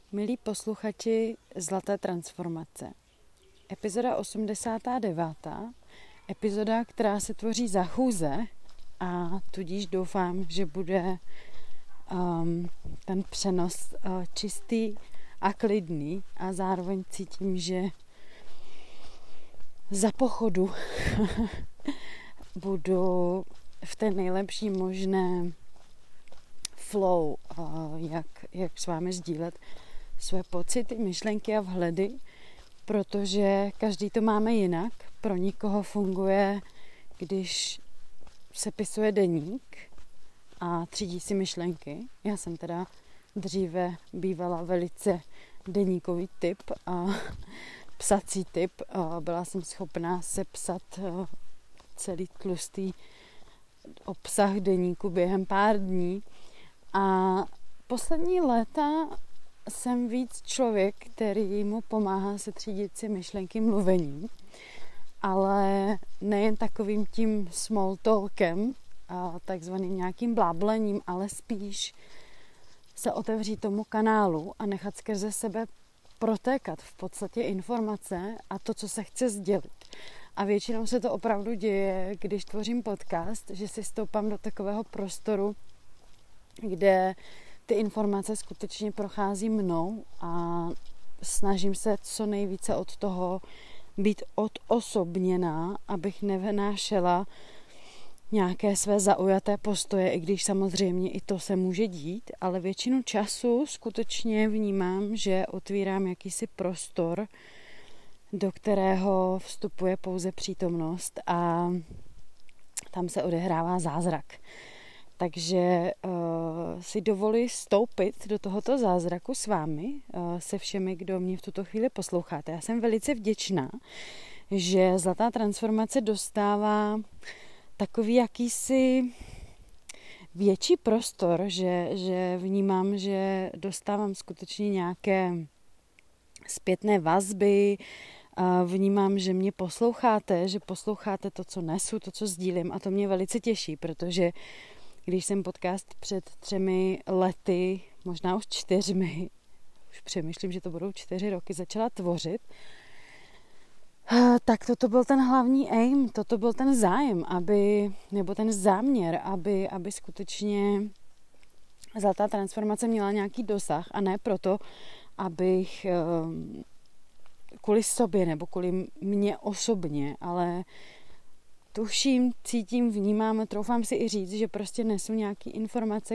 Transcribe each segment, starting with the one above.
Milí posluchači Zlaté transformace. Epizoda 89. Epizoda, která se tvoří za chůze a tudíž doufám, že bude ten přenos čistý a klidný a zároveň cítím, že za pochodu budu v té nejlepší možné flow, jak s vámi sdílet své pocity, myšlenky a vhledy, protože každý to máme jinak. Pro nikoho funguje, když sepisuje deník a třídí si myšlenky. Já jsem teda dříve bývala velice deníkový typ a psací typ. Byla jsem schopná sepsat celý tlustý obsah deníku během pár dní. A poslední léta jsem víc člověk, který mu pomáhá se třídit si myšlenky mluvením, ale nejen takovým tím small talkem, takzvaným nějakým bláblením, ale spíš se otevřít tomu kanálu a nechat skrze sebe protékat v podstatě informace a to, co se chce sdělit. A většinou se to opravdu děje, když tvořím podcast, že si stoupám do takového prostoru, kde ty informace skutečně prochází mnou a snažím se co nejvíce od toho být odosobněná, abych nevynášela nějaké své zaujaté postoje, i když samozřejmě i to se může dít, ale většinu času skutečně vnímám, že otvírám jakýsi prostor, do kterého vstupuje pouze přítomnost a tam se odehrává zázrak. Takže si dovoluji vstoupit do tohoto zázraku s vámi, se všemi, kdo mě v tuto chvíli posloucháte. Já jsem velice vděčná, že Zlatá transformace dostává takový jakýsi větší prostor, že vnímám, že dostávám skutečně nějaké zpětné vazby, vnímám, že mě posloucháte, že posloucháte to, co nesu, to, co sdílím a to mě velice těší, protože když jsem podcast před 3 lety, možná už 4, už přemýšlím, že to budou 4 roky, začala tvořit, tak toto byl ten hlavní aim, toto byl ten zájem, nebo ten záměr, aby skutečně Zlatá transformace měla nějaký dosah a ne proto, abych kvůli sobě nebo kvůli mně osobně, ale tuším, cítím, vnímám, troufám si i říct, že prostě nesu nějaký informace,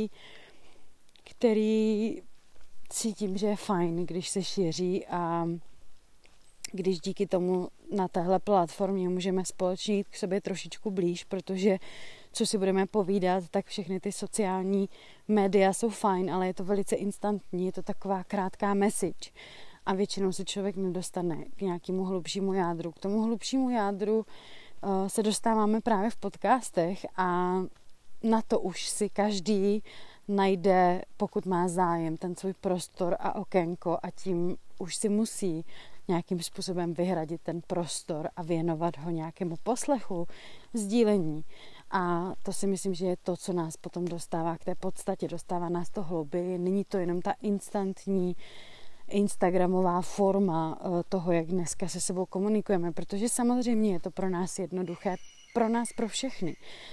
který cítím, že je fajn, když se šíří a když díky tomu na téhle platformě můžeme společně jít k sobě trošičku blíž, protože co si budeme povídat, tak všechny ty sociální média jsou fajn, ale je to velice instantní, je to taková krátká message a většinou se člověk nedostane k nějakému hlubšímu jádru. K tomu hlubšímu jádru se dostáváme právě v podcastech a na to už si každý najde, pokud má zájem, ten svůj prostor a okénko a tím už si musí nějakým způsobem vyhradit ten prostor a věnovat ho nějakému poslechu, sdílení. A to si myslím, že je to, co nás potom dostává k té podstatě, dostává nás to hlouběji. Není to jenom ta instantní instagramová forma toho, jak dneska se sebou komunikujeme, protože samozřejmě je to pro nás jednoduché, pro nás, pro všechny.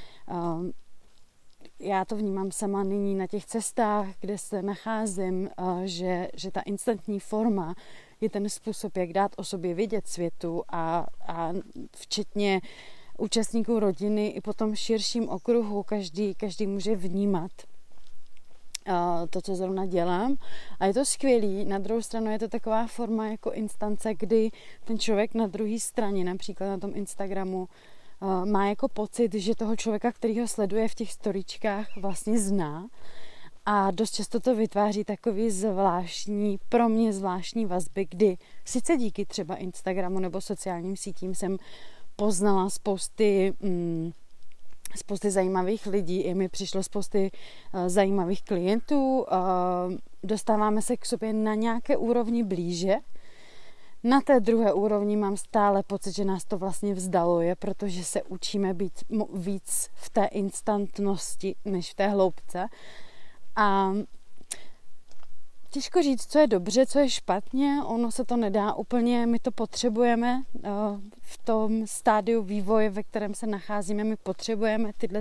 Já to vnímám sama nyní na těch cestách, kde se nacházím, že ta instantní forma je ten způsob, jak dát o sobě vědět světu a včetně účastníků rodiny i po tom širším okruhu každý může vnímat to, co zrovna dělám. A je to skvělý. Na druhou stranu je to taková forma jako instance, kdy ten člověk na druhé straně, například na tom Instagramu, má jako pocit, že toho člověka, který ho sleduje v těch storíčkách, vlastně zná. A dost často to vytváří takový pro mě zvláštní vazby, kdy sice díky třeba Instagramu nebo sociálním sítím jsem poznala spousty zajímavých lidí, i mi přišlo spousty zajímavých klientů, dostáváme se k sobě na nějaké úrovni blíže. Na té druhé úrovni mám stále pocit, že nás to vlastně vzdaluje, protože se učíme být víc v té instantnosti, než v té hloubce. A těžko říct, co je dobře, co je špatně, ono se to nedá úplně, my to potřebujeme v tom stádiu vývoje, ve kterém se nacházíme, my potřebujeme tyhle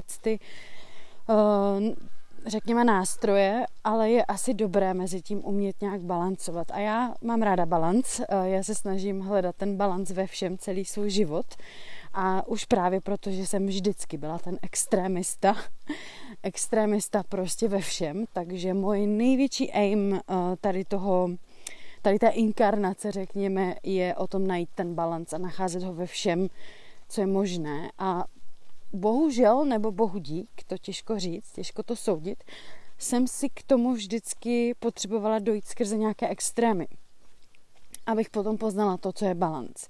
řekněme nástroje, ale je asi dobré mezi tím umět nějak balancovat. A já mám ráda balanc, já se snažím hledat ten balanc ve všem celý svůj život a už právě proto, že jsem vždycky byla ten extrémista prostě ve všem, takže můj největší aim tady té inkarnace, řekněme, je o tom najít ten balanc a nacházet ho ve všem, co je možné. A bohužel, nebo bohu dík, to těžko říct, těžko to soudit, jsem si k tomu vždycky potřebovala dojít skrze nějaké extrémy, abych potom poznala to, co je balanc.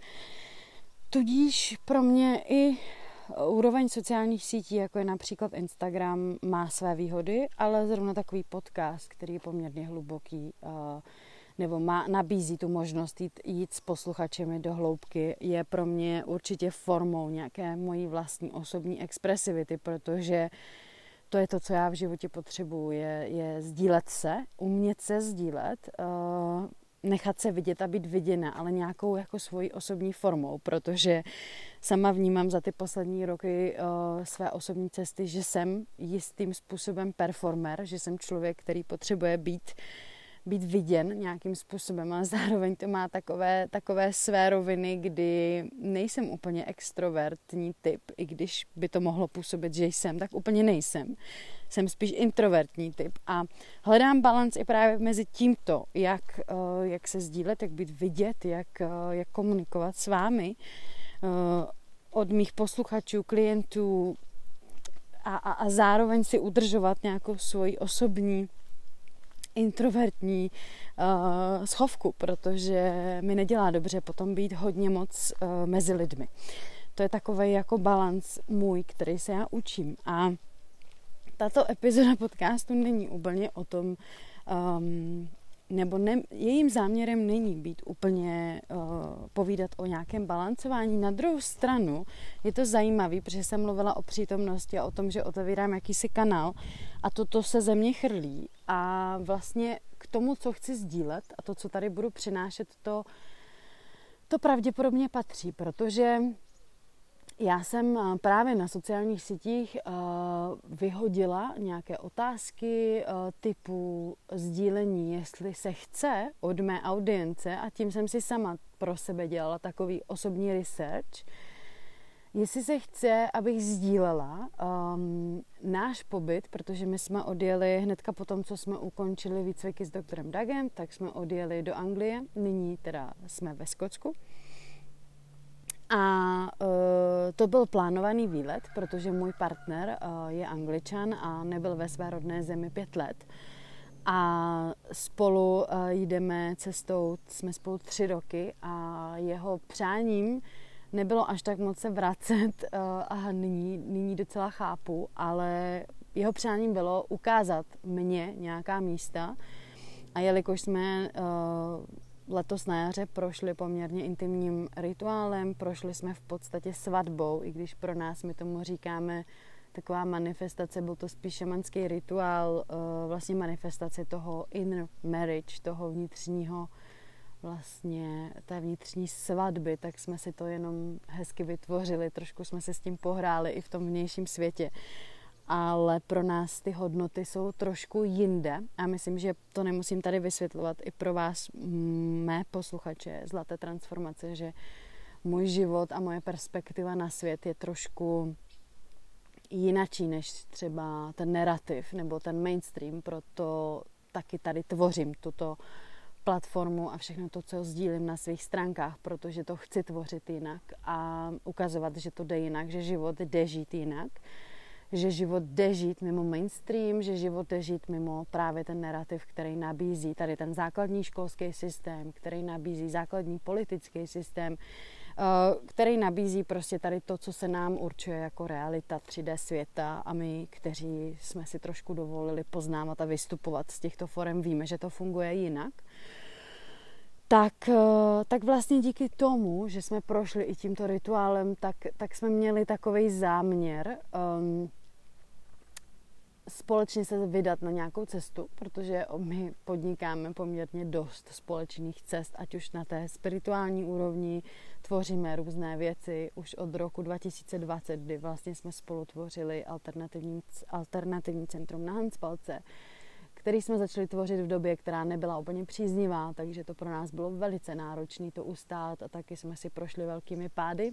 Tudíž pro mě i úroveň sociálních sítí, jako je například Instagram, má své výhody, ale zrovna takový podcast, který je poměrně hluboký, nebo nabízí tu možnost jít s posluchačemi do hloubky, je pro mě určitě formou nějaké mojí vlastní osobní expresivity, protože to je to, co já v životě potřebuji, je sdílet se, umět se sdílet, nechat se vidět a být viděna, ale nějakou jako svojí osobní formou, protože sama vnímám za ty poslední roky své osobní cesty, že jsem jistým způsobem performer, že jsem člověk, který potřebuje být viděn nějakým způsobem, ale zároveň to má takové své roviny, kdy nejsem úplně extrovertní typ, i když by to mohlo působit, že jsem, tak úplně nejsem. Jsem spíš introvertní typ a hledám balanc i právě mezi tímto, jak se sdílet, jak být vidět, jak komunikovat s vámi, od mých posluchačů, klientů a zároveň si udržovat nějakou svoji osobní introvertní schovku, protože mi nedělá dobře potom být hodně moc mezi lidmi. To je takovej jako balanc můj, který se já učím. A tato epizoda podcastu není úplně o tom, jejím záměrem není být úplně povídat o nějakém balancování. Na druhou stranu je to zajímavý, protože jsem mluvila o přítomnosti a o tom, že otevírám jakýsi kanál a toto se ze mě chrlí a vlastně k tomu, co chci sdílet a to, co tady budu přinášet, to pravděpodobně patří, protože já jsem právě na sociálních sítích vyhodila nějaké otázky typu sdílení, jestli se chce od mé audience, a tím jsem si sama pro sebe dělala takový osobní research, jestli se chce, abych sdílela náš pobyt, protože my jsme odjeli hnedka po tom, co jsme ukončili výcviky s doktorem Dagem, tak jsme odjeli do Anglie, nyní teda jsme ve Skotsku. A to byl plánovaný výlet, protože můj partner je Angličan a nebyl ve své rodné zemi 5 let. A spolu jdeme cestou, jsme spolu 3 roky a jeho přáním nebylo až tak moc se vracet a nyní docela chápu, ale jeho přáním bylo ukázat mně nějaká místa a jelikož jsme letos na jaře prošli poměrně intimním rituálem, prošli jsme v podstatě svatbou, i když pro nás my tomu říkáme taková manifestace, byl to spíš šamanský rituál, vlastně manifestace toho inner marriage, toho vnitřního vlastně té vnitřní svatby, tak jsme si to jenom hezky vytvořili, trošku jsme se s tím pohráli i v tom vnějším světě. Ale pro nás ty hodnoty jsou trošku jinde a myslím, že to nemusím tady vysvětlovat i pro vás, mé posluchače Zlaté transformace, že můj život a moje perspektiva na svět je trošku jinačí než třeba ten narrativ nebo ten mainstream, proto taky tady tvořím tuto platformu a všechno to, co sdílím na svých stránkách, protože to chci tvořit jinak a ukazovat, že to jde jinak, že život jde žít jinak, že život jde žít mimo mainstream, že život jde žít mimo právě ten narrativ, který nabízí tady ten základní školský systém, který nabízí základní politický systém, který nabízí prostě tady to, co se nám určuje jako realita 3D světa a my, kteří jsme si trošku dovolili poznávat a vystupovat z těchto forem, víme, že to funguje jinak. Tak vlastně díky tomu, že jsme prošli i tímto rituálem, tak jsme měli takovej záměr společně se vydat na nějakou cestu, protože my podnikáme poměrně dost společných cest, ať už na té spirituální úrovni, tvoříme různé věci už od roku 2020, kdy vlastně jsme spolu tvořili alternativní centrum na Hanspalce, který jsme začali tvořit v době, která nebyla úplně příznivá, takže to pro nás bylo velice náročné to ustát a taky jsme si prošli velkými pády.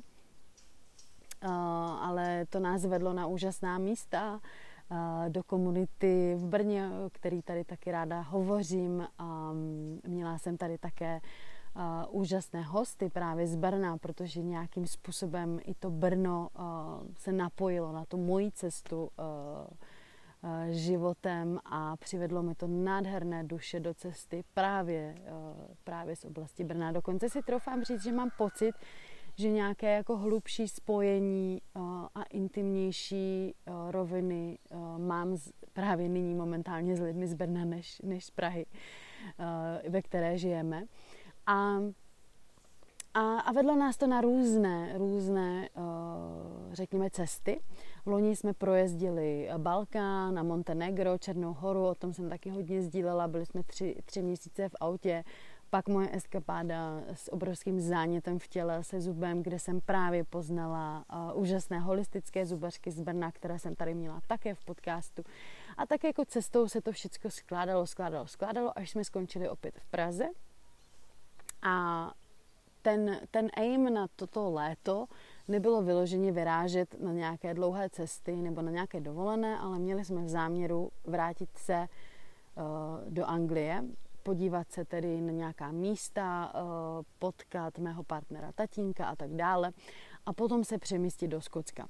Ale to nás vedlo na úžasná místa, do komunity v Brně, o který tady taky ráda hovořím. Měla jsem tady také úžasné hosty právě z Brna, protože nějakým způsobem i to Brno se napojilo na tu moji cestu životem a přivedlo mi to nádherné duše do cesty právě z oblasti Brna. Dokonce si troufám říct, že mám pocit, že nějaké jako hlubší spojení a intimnější roviny mám právě nyní momentálně s lidmi z Brna než z Prahy, ve které žijeme. A vedlo nás to na různé řekněme, cesty. V loni jsme projezdili Balkán a Montenegro, Černou Horu, o tom jsem taky hodně sdílela, byli jsme 3 měsíce v autě. Pak moje eskapáda s obrovským zánětem v těle se zubem, kde jsem právě poznala úžasné holistické zubařky z Brna, které jsem tady měla také v podcastu. A tak jako cestou se to všechno skládalo, až jsme skončili opět v Praze. A ten aim na toto léto nebylo vyloženě vyrážet na nějaké dlouhé cesty nebo na nějaké dovolené, ale měli jsme v záměru vrátit se do Anglie, podívat se tedy na nějaká místa, potkat mého partnera, tatínka a tak dále a potom se přemístit do Skotska.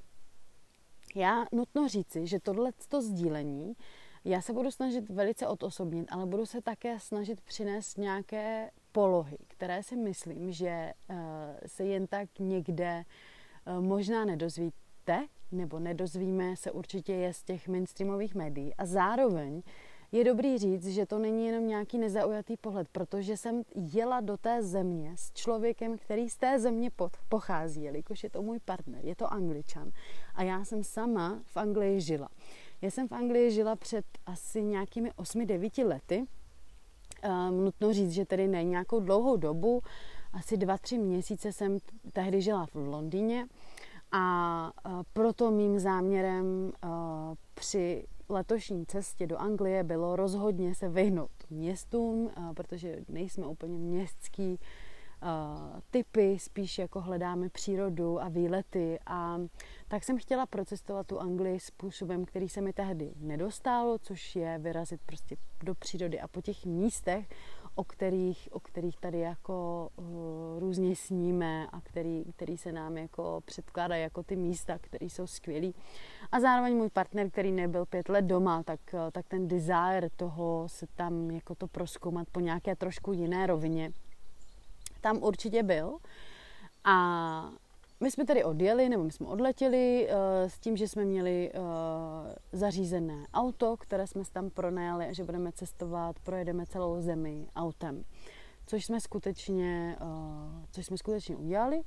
Já nutno říci, že tohleto sdílení já se budu snažit velice odosobnit, ale budu se také snažit přinést nějaké polohy, které si myslím, že se jen tak někde možná nedozvíte, nebo nedozvíme se určitě je z těch mainstreamových médií. A zároveň je dobrý říct, že to není jenom nějaký nezaujatý pohled, protože jsem jela do té země s člověkem, který z té země pochází, jelikož je to můj partner, je to Angličan. A já jsem sama v Anglii žila. Já jsem v Anglii žila před asi nějakými 8-9 lety. Nutno říct, že tedy ne nějakou dlouhou dobu, asi 2-3 měsíce jsem tehdy žila v Londýně a proto mým záměrem při letošní cestě do Anglie bylo rozhodně se vyhnout městům, protože nejsme úplně městský typy, spíš jako hledáme přírodu a výlety a tak jsem chtěla procestovat tu Anglii způsobem, který se mi tehdy nedostalo, což je vyrazit prostě do přírody a po těch místech, o kterých tady jako různě sníme a který se nám jako předkládají jako ty místa, které jsou skvělý. A zároveň můj partner, který nebyl 5 let doma, tak ten desire toho se tam jako to prozkoumat po nějaké trošku jiné rovině tam určitě byl. A my jsme tady odjeli, nebo my jsme odletěli s tím, že jsme měli zařízené auto, které jsme tam pronajali a že budeme cestovat, projedeme celou zemi autem. Což jsme skutečně udělali.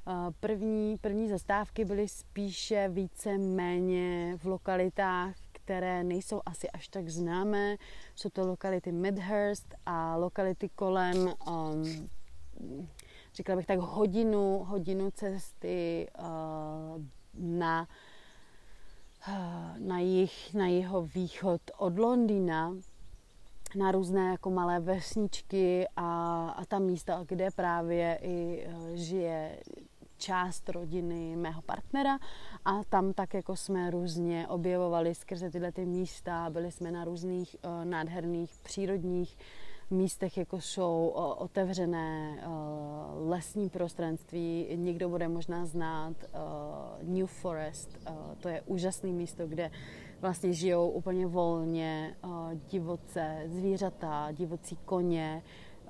První zastávky byly spíše více-méně v lokalitách, které nejsou asi až tak známé. Jsou to lokality Midhurst a lokality kolem říkala bych tak hodinu cesty na jihovýchod od Londýna, na různé jako malé vesničky a ta místa, kde právě i žije část rodiny mého partnera a tam tak jako jsme různě objevovali skrze tyhle ty místa, byli jsme na různých nádherných přírodních místech, jako jsou otevřené lesní prostranství. Někdo bude možná znát New Forest. To je úžasné místo, kde vlastně žijou úplně volně divoce zvířata, divocí koně.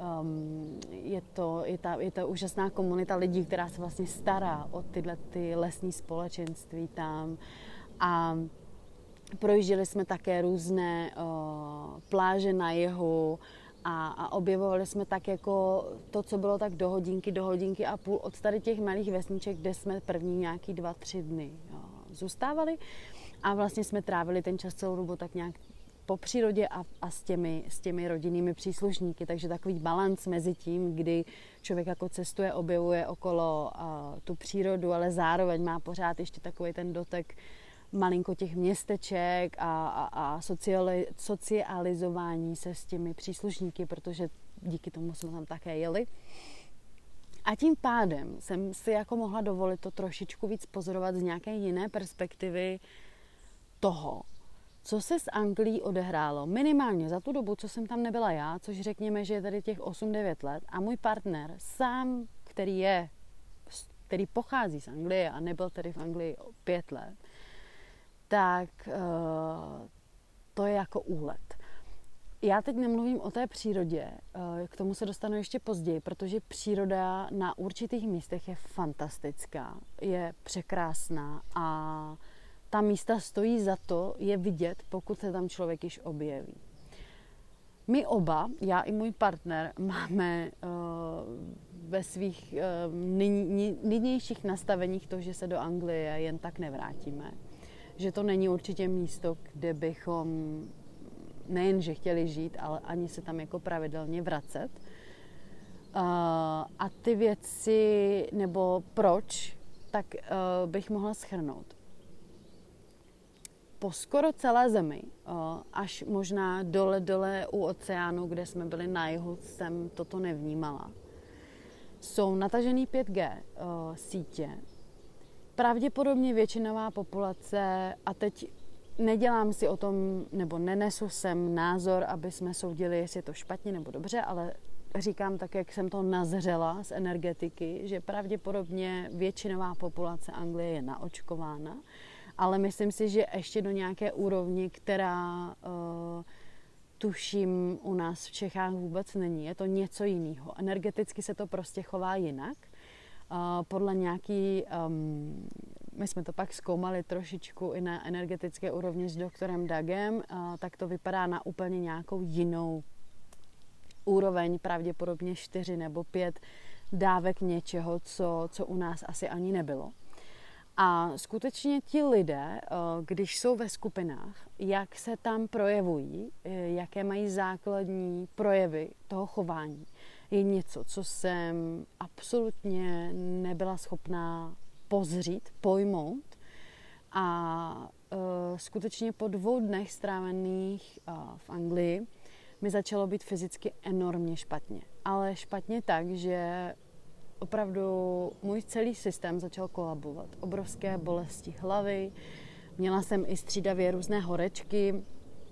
Je to úžasná komunita lidí, která se vlastně stará o tyhle ty lesní společenství tam. A projížděli jsme také různé pláže na jihu, a objevovali jsme tak jako to, co bylo tak do hodinky a půl od tady těch malých vesniček, kde jsme první nějaký 2-3 dny zůstávali. A vlastně jsme trávili ten čas celou dobu tak nějak po přírodě a s těmi rodinnými příslušníky. Takže takový balanc mezi tím, kdy člověk jako cestuje, objevuje okolo tu přírodu, ale zároveň má pořád ještě takový ten dotek malinko těch městeček a socializování se s těmi příslušníky, protože díky tomu jsme tam také jeli. A tím pádem jsem si jako mohla dovolit to trošičku víc pozorovat z nějaké jiné perspektivy toho, co se s Anglií odehrálo minimálně za tu dobu, co jsem tam nebyla já, což řekněme, že je tady těch 8-9 let a můj partner sám, který pochází z Anglie a nebyl tedy v Anglii 5 let, tak to je jako úlet. Já teď nemluvím o té přírodě, k tomu se dostanu ještě později, protože příroda na určitých místech je fantastická, je překrásná a ta místa stojí za to je vidět, pokud se tam člověk již objeví. My oba, já i můj partner, máme ve svých nynějších nastaveních to, že se do Anglie jen tak nevrátíme. Že to není určitě místo, kde bychom nejenže chtěli žít, ale ani se tam jako pravidelně vracet. A ty věci, nebo proč, tak bych mohla shrnout. Po skoro celé zemi, až možná dole u oceánu, kde jsme byli na jihu, jsem toto nevnímala. Jsou natažený 5G sítě. Pravděpodobně většinová populace, a teď nedělám si o tom, nebo nenesu sem názor, aby jsme soudili, jestli je to špatně nebo dobře, ale říkám tak, jak jsem to nazřela z energetiky, že pravděpodobně většinová populace Anglie je naočkována, ale myslím si, že ještě do nějaké úrovni, která tuším u nás v Čechách vůbec není. Je to něco jiného. Energeticky se to prostě chová jinak. Podle nějaký, my jsme to pak zkoumali trošičku i na energetické úrovni s doktorem Dagem, tak to vypadá na úplně nějakou jinou úroveň, pravděpodobně 4 nebo 5 dávek něčeho, co u nás asi ani nebylo. A skutečně ti lidé, když jsou ve skupinách, jak se tam projevují, jaké mají základní projevy toho chování, je něco, co jsem absolutně nebyla schopná pozřít, pojmout. A skutečně po 2 dnech strávených v Anglii mi začalo být fyzicky enormně špatně. Ale špatně tak, že opravdu můj celý systém začal kolabovat. Obrovské bolesti hlavy, měla jsem i střídavě různé horečky,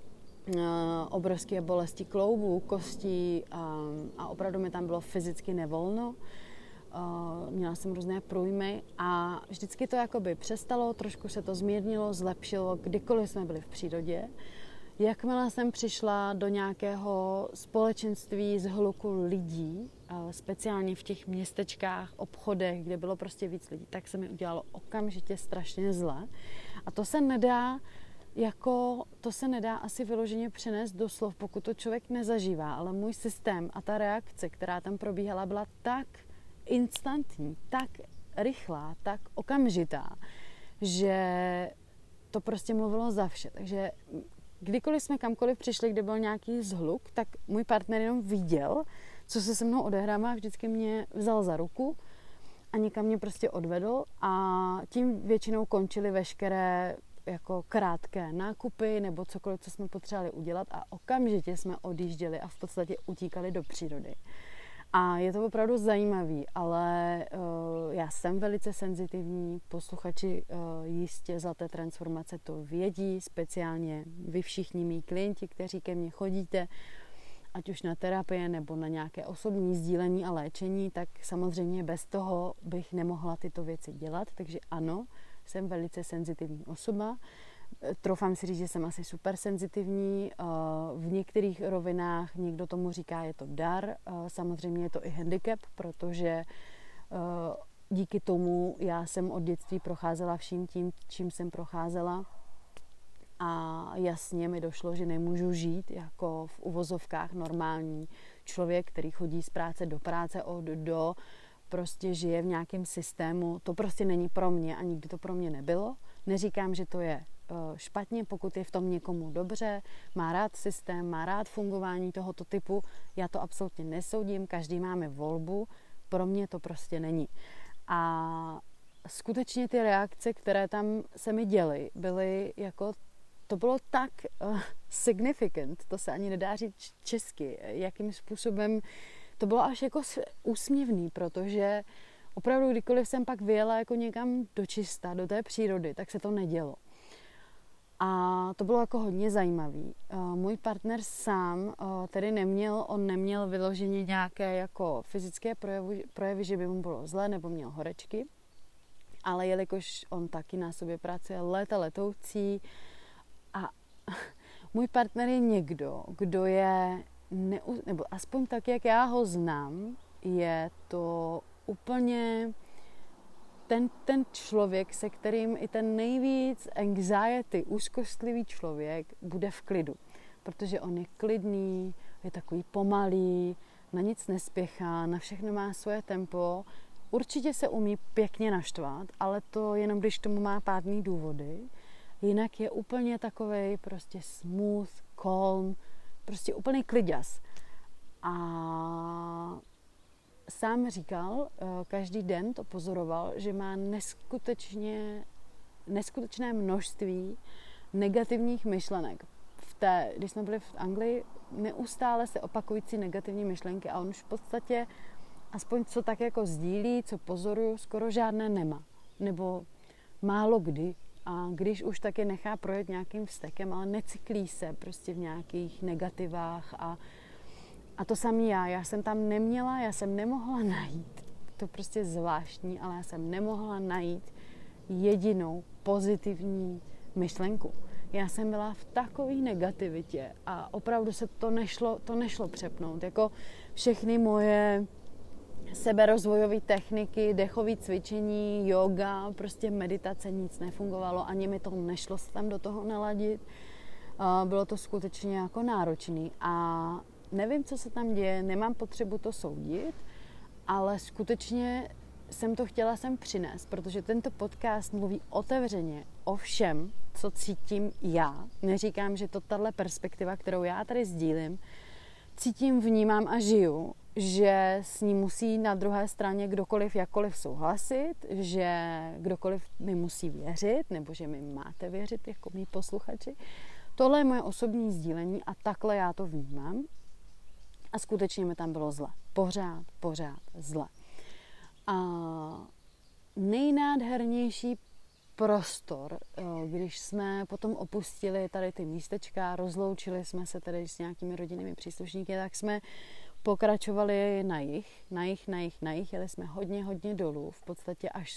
obrovské bolesti kloubů, kostí a opravdu mi tam bylo fyzicky nevolno. Měla jsem různé průjmy a vždycky to jakoby přestalo, trošku se to zmírnilo, zlepšilo, kdykoliv jsme byli v přírodě. Jakmile jsem přišla do nějakého společenství z hluku lidí, speciálně v těch městečkách, obchodech, kde bylo prostě víc lidí, tak se mi udělalo okamžitě strašně zle. A to se nedá asi vyloženě přenést do slov, pokud to člověk nezažívá, ale můj systém a ta reakce, která tam probíhala, byla tak instantní, tak rychlá, tak okamžitá, že to prostě mluvilo za vše. Takže kdykoliv jsme kamkoliv přišli, kde byl nějaký zhluk, tak můj partner jenom viděl, co se mnou odehrává, vždycky mě vzal za ruku a někam mě prostě odvedl a tím většinou končily veškeré jako krátké nákupy nebo cokoliv, co jsme potřebovali udělat a okamžitě jsme odjížděli a v podstatě utíkali do přírody. A je to opravdu zajímavý, ale já jsem velice senzitivní, posluchači jistě za té transformace to vědí, speciálně vy všichni mý klienti, kteří ke mně chodíte, ať už na terapie nebo na nějaké osobní sdílení a léčení, tak samozřejmě bez toho bych nemohla tyto věci dělat, takže ano, jsem velice senzitivní osoba. Troufám si říct, že jsem asi super senzitivní. V některých rovinách někdo tomu říká, je to dar. Samozřejmě je to i handicap, protože díky tomu já jsem od dětství procházela vším tím, čím jsem procházela. A jasně mi došlo, že nemůžu žít jako v uvozovkách normální člověk, který chodí z práce do práce od do, prostě žije v nějakém systému. To prostě není pro mě a nikdy to pro mě nebylo. Neříkám, že to je špatně, pokud je v tom někomu dobře, má rád systém, má rád fungování tohoto typu. Já to absolutně nesoudím, každý máme volbu, pro mě to prostě není. A skutečně ty reakce, které tam se mi děly, byly jako, to bylo tak significant, to se ani nedá říct česky, jakým způsobem, to bylo až jako úsměvný, protože opravdu kdykoliv jsem pak vyjela jako někam do čista, do té přírody, tak se to nedělo. A to bylo jako hodně zajímavý. Můj partner sám tedy neměl vyloženě nějaké jako fyzické projevy, že by mu bylo zlé nebo měl horečky, ale jelikož on taky na sobě pracuje léta letoucí a můj partner je někdo, kdo je, nebo aspoň tak, jak já ho znám, je to úplně ten člověk, se kterým i ten nejvíc anxiety, úzkostlivý člověk bude v klidu. Protože on je klidný, je takový pomalý, na nic nespěchá, na všechno má svoje tempo. Určitě se umí pěkně naštvat, ale to jenom když tomu má pádný důvody. Jinak je úplně takovej prostě smooth, calm, prostě úplný kliďas. A sám říkal, každý den to pozoroval, že má neskutečné množství negativních myšlenek. Když jsme byli v Anglii, neustále se opakující negativní myšlenky a on už v podstatě, aspoň co tak jako sdílí, co pozoruju, skoro žádné nemá. Nebo málo kdy. A když už tak je nechá projet nějakým vztekem, ale necyklí se prostě v nějakých negativách a to samý já jsem tam neměla, já jsem nemohla najít, to prostě zvláštní, ale já jsem nemohla najít jedinou pozitivní myšlenku. Já jsem byla v takové negativitě a opravdu se to nešlo přepnout. Jako všechny moje seberozvojové techniky, dechové cvičení, yoga, prostě meditace, nic nefungovalo, ani mi to nešlo se tam do toho naladit. Bylo to skutečně jako náročný a nevím, co se tam děje, nemám potřebu to soudit, ale skutečně jsem to chtěla sem přinést, protože tento podcast mluví otevřeně o všem, co cítím já. Neříkám, že to tahle perspektiva, kterou já tady sdílím, cítím, vnímám a žiju, že s ní musí na druhé straně kdokoliv jakkoliv souhlasit, že kdokoliv mi musí věřit, nebo že mi máte věřit jako mý posluchači. Tohle je moje osobní sdílení a takhle já to vnímám. A skutečně mi tam bylo zle. Pořád zle. A nejnádhernější prostor, když jsme potom opustili tady ty místečka, rozloučili jsme se tady s nějakými rodinnými příslušníky, tak jsme pokračovali na jih, jeli jsme hodně dolů, v podstatě až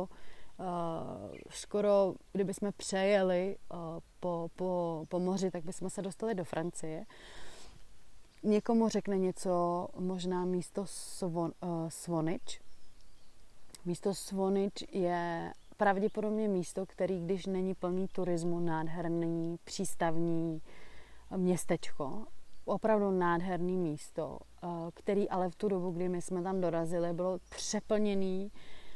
skoro kdyby jsme přejeli po moři, tak bychom se dostali do Francie. Někomu řekne něco, možná místo Svonič. Místo Svonič je pravděpodobně místo, který, když není plný turismu, nádherný přístavní městečko, opravdu nádherný místo, který ale v tu dobu, kdy my jsme tam dorazili, bylo přeplněný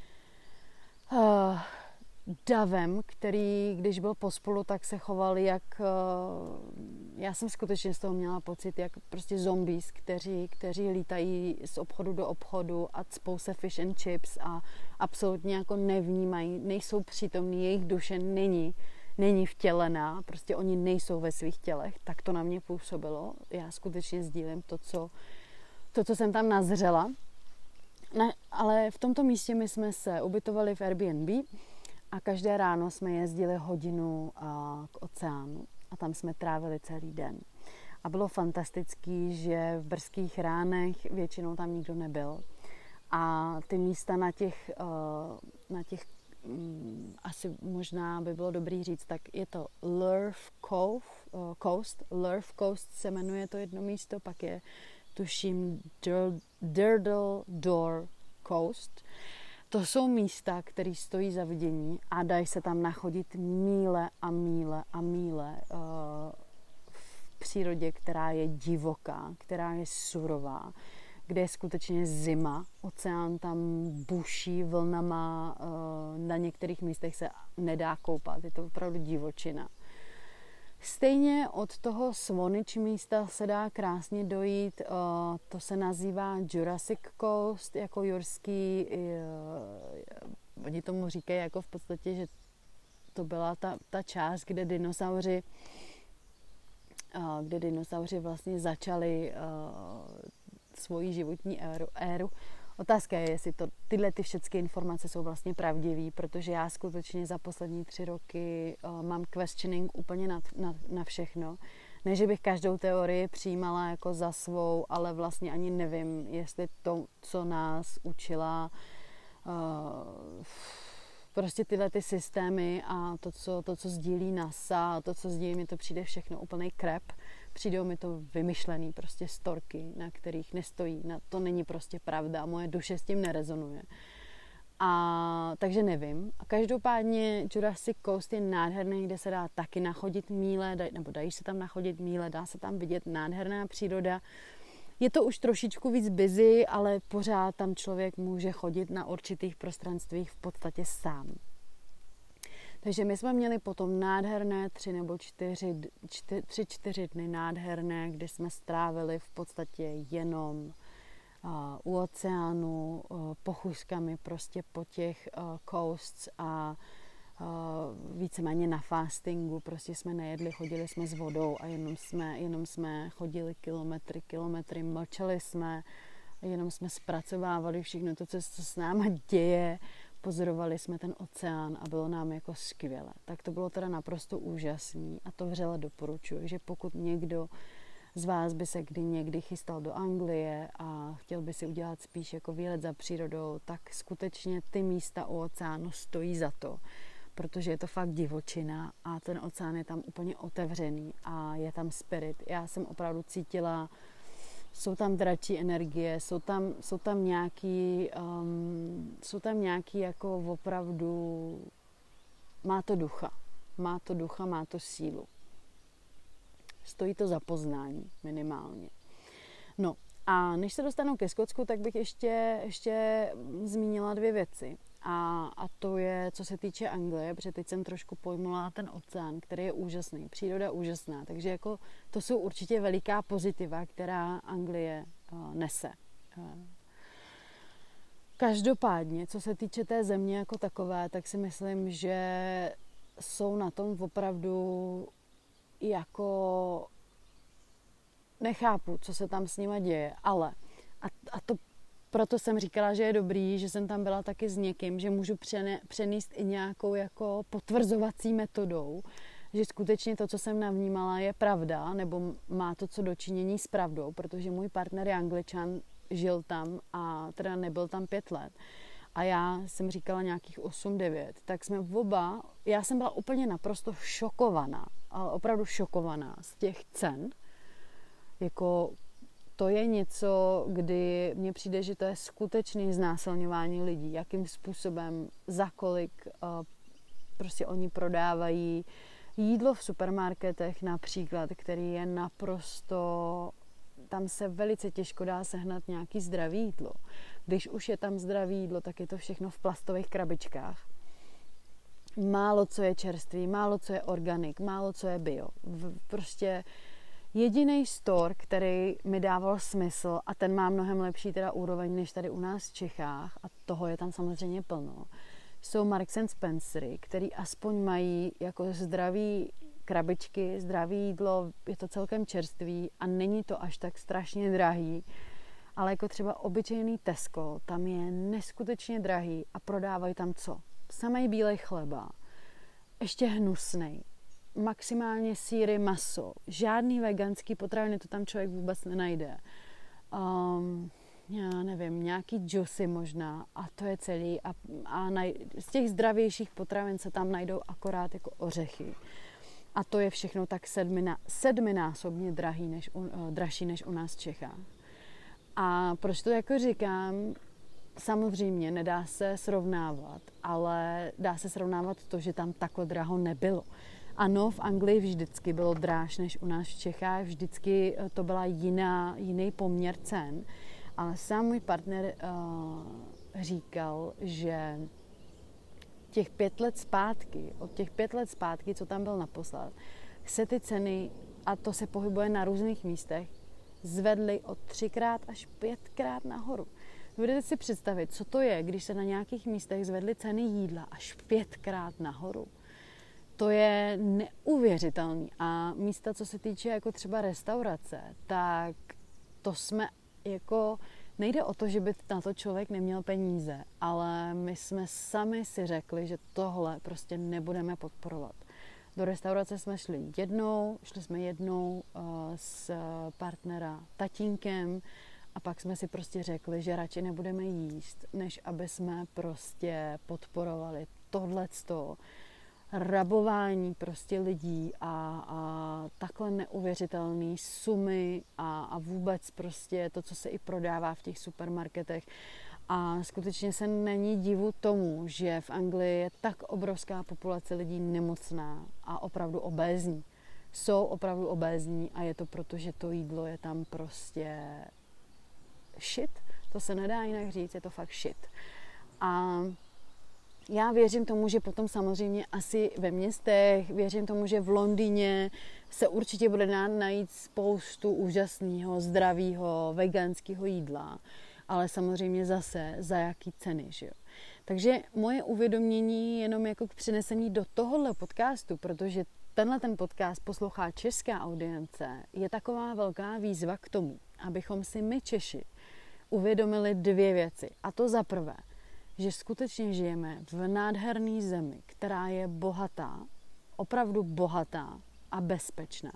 davem, který, když byl pospolu, tak se choval jak... Já jsem skutečně z toho měla pocit, jak prostě zombies, kteří lítají z obchodu do obchodu a cpou se fish and chips a absolutně jako nevnímají, nejsou přítomní, jejich duše není vtělená, prostě oni nejsou ve svých tělech, tak to na mě působilo. Já skutečně sdílím to, co jsem tam nazřela. Ale v tomto místě my jsme se ubytovali v Airbnb a každé ráno jsme jezdili hodinu k oceánu a tam jsme trávili celý den. A bylo fantastický, že v brzkých ránech většinou tam nikdo nebyl. A ty místa na těch asi možná by bylo dobrý říct, tak je to Lurf Coast se jmenuje to jedno místo, pak je tuším Durdle Door Coast. To jsou místa, které stojí za vidění a dají se tam nachodit míle v přírodě, která je divoká, která je surová, kde je skutečně zima. Oceán tam buší vlnama, na některých místech se nedá koupat, je to opravdu divočina. Stejně od toho Swanage místa se dá krásně dojít, to se nazývá Jurassic Coast, jako jurský, oni tomu říkají jako v podstatě, že to byla ta část, kde dinosauři vlastně začali svoji životní éru. Otázka je, jestli tyhle všechny informace jsou vlastně pravdivé, protože já skutečně za poslední 3 roky mám questioning úplně na všechno. Ne, že bych každou teorii přijímala jako za svou, ale vlastně ani nevím, jestli to, co nás učila prostě tyhle ty systémy a to, co sdílí NASA a to, co sdílí, mi to přijde všechno úplný crap. Přijdou mi to vymyšlený prostě storky, na kterých nestojí. To není prostě pravda. Moje duše s tím nerezonuje. Takže nevím. A každopádně Jurassic Coast je nádherný, kde se dá taky nachodit míle, nebo dají se tam nachodit míle, dá se tam vidět nádherná příroda. Je to už trošičku víc busy, ale pořád tam člověk může chodit na určitých prostranstvích v podstatě sám. Takže my jsme měli potom nádherné 3-4 dny nádherné, kdy jsme strávili v podstatě jenom u oceánu, pochůzkami prostě po těch coasts a víceméně na fastingu, prostě jsme nejedli, chodili jsme s vodou a jenom jsme chodili kilometry, mlčeli jsme, jenom jsme zpracovávali všechno to, co se s náma děje, pozorovali jsme ten oceán a bylo nám jako skvěle. Tak to bylo teda naprosto úžasný a to vřele doporučuji, že pokud někdo z vás by se někdy chystal do Anglie a chtěl by si udělat spíš jako výlet za přírodou, tak skutečně ty místa u oceánu stojí za to, protože je to fakt divočina a ten oceán je tam úplně otevřený a je tam spirit. Já jsem opravdu cítila, jsou tam dračí energie, jsou tam nějaký jako opravdu, má to ducha, má to sílu. Stojí to za poznání minimálně. No a než se dostanu ke Skotsku, tak bych ještě zmínila 2 věci. A to je, co se týče Anglie, protože teď jsem trošku pojmula ten oceán, který je úžasný, příroda úžasná, takže jako to jsou určitě veliká pozitiva, která Anglie nese. Každopádně, co se týče té země jako takové, tak si myslím, že jsou na tom opravdu jako nechápu, co se tam s nima děje, ale a to proto jsem říkala, že je dobrý, že jsem tam byla taky s někým, že můžu přenést i nějakou jako potvrzovací metodou, že skutečně to, co jsem navnímala, je pravda, nebo má to co dočinění s pravdou, protože můj partner je Angličan, žil tam a teda nebyl tam 5 let. A já jsem říkala nějakých 8-9, tak jsme oba, já jsem byla úplně naprosto šokovaná, ale opravdu šokovaná z těch cen, jako to je něco, kdy mně přijde, že to je skutečné znásilňování lidí, jakým způsobem, za kolik prostě oni prodávají jídlo v supermarketech například, který je naprosto, tam se velice těžko dá sehnat nějaký zdravý jídlo. Když už je tam zdravý jídlo, tak je to všechno v plastových krabičkách. Málo co je čerstvý, málo co je organik, málo co je bio. Prostě jediný store, který mi dával smysl, a ten má mnohem lepší teda úroveň než tady u nás v Čechách, a toho je tam samozřejmě plno, jsou Marks & Spencery, který aspoň mají jako zdravý krabičky, zdravý jídlo, je to celkem čerstvý a není to až tak strašně drahý, ale jako třeba obyčejný Tesco, tam je neskutečně drahý a prodávají tam co? Samej bílej chleba, ještě hnusnej, maximálně sýry, maso, žádný veganský potraviny, to tam člověk vůbec nenajde. Já nevím, nějaký džusy možná a to je celý. Z těch zdravějších potravin se tam najdou akorát jako ořechy. A to je všechno tak 7násobně dražší než u nás v Čechách. A proč to jako říkám? Samozřejmě nedá se srovnávat, ale dá se srovnávat to, že tam takhle draho nebylo. Ano, v Anglii vždycky bylo dráž než u nás v Čechách, vždycky to byla jiný poměr cen, Ale sám můj partner říkal, že těch 5 let zpátky, od těch 5 let zpátky, co tam byl naposled, se ty ceny, a to se pohybuje na různých místech, zvedly o 3x až 5x nahoru. Budete si představit, co to je, když se na nějakých místech zvedly ceny jídla až 5x nahoru. To je neuvěřitelný. A místa, co se týče jako třeba restaurace, tak to jsme jako, nejde o to, že by na to člověk neměl peníze, ale my jsme sami si řekli, že tohle prostě nebudeme podporovat. Do restaurace jsme šli jsme jednou s partnera tatínkem a pak jsme si prostě řekli, že radši nebudeme jíst, než aby jsme prostě podporovali tohleto rabování prostě lidí a takhle neuvěřitelné sumy a vůbec prostě to, co se i prodává v těch supermarketech. A skutečně se není divu tomu, že v Anglii je tak obrovská populace lidí nemocná a opravdu obézní. Jsou opravdu obézní a je to proto, že to jídlo je tam prostě shit. To se nedá jinak říct, je to fakt shit. A já věřím tomu, že potom samozřejmě asi ve městech, věřím tomu, že v Londýně se určitě bude najít spoustu úžasného, zdravého, veganského jídla, ale samozřejmě zase za jaký ceny, že jo. Takže moje uvědomění jenom jako k přinesení do tohohle podcastu, protože ten podcast poslouchá česká audience, je taková velká výzva k tomu, abychom si my Češi uvědomili 2 věci. A to za prvé, že skutečně žijeme v nádherné zemi, která je bohatá, opravdu bohatá a bezpečná.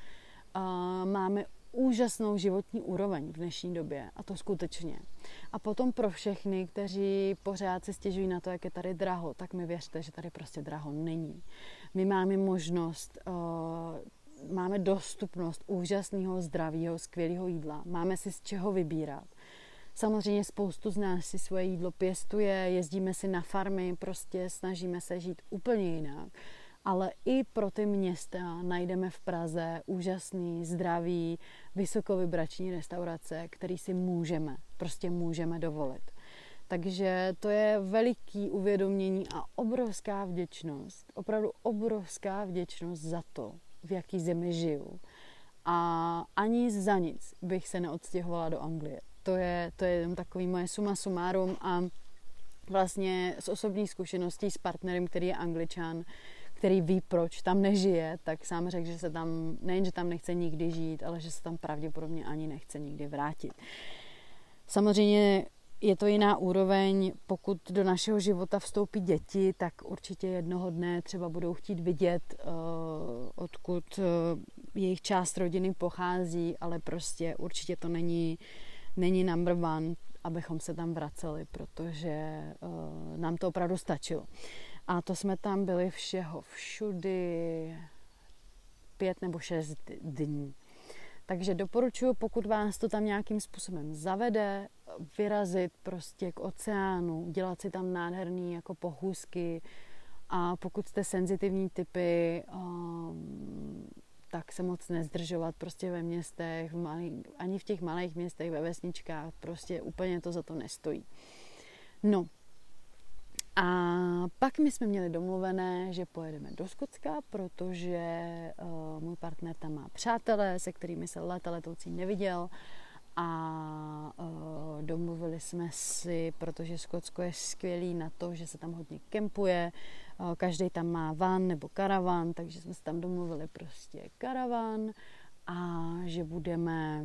Máme úžasnou životní úroveň v dnešní době, a to skutečně. A potom pro všechny, kteří pořád se stěžují na to, jak je tady draho, tak mi věřte, že tady prostě draho není. My máme možnost, máme dostupnost úžasného, zdravého, skvělého jídla. Máme si z čeho vybírat. Samozřejmě spoustu z nás si svoje jídlo pěstuje, jezdíme si na farmy, prostě snažíme se žít úplně jinak. Ale i pro ty města najdeme v Praze úžasný, zdravý, vysokovibrační restaurace, který si můžeme dovolit. Takže to je veliký uvědomění a obrovská vděčnost, opravdu obrovská vděčnost za to, v jaký zemi žiju. A ani za nic bych se neodstěhovala do Anglie. To je jenom takový moje suma sumárum a vlastně z osobní zkušeností s partnerem, který je Angličan, který ví, proč tam nežije, tak sám řekl, že se tam, nejenže tam nechce nikdy žít, ale že se tam pravděpodobně ani nechce nikdy vrátit. Samozřejmě je to jiná úroveň, pokud do našeho života vstoupí děti, tak určitě jednoho dne třeba budou chtít vidět, odkud jejich část rodiny pochází, ale prostě určitě to není number one, abychom se tam vraceli, protože nám to opravdu stačilo. A to jsme tam byli všudy 5 nebo 6 dní. Takže doporučuji, pokud vás to tam nějakým způsobem zavede, vyrazit prostě k oceánu, dělat si tam nádherný jako pochůzky a pokud jste senzitivní typy, tak se moc nezdržovat prostě ve městech, ani v těch malých městech, ve vesničkách, prostě úplně to za to nestojí. No, a pak my jsme měli domluvené, že pojedeme do Skotska, protože můj partner tam má přátelé, se kterými se léta letoucí neviděl a domluvili jsme si, protože Skotsko je skvělý na to, že se tam hodně kempuje, každý tam má van nebo karavan, takže jsme se tam domluvili prostě karavan a že budeme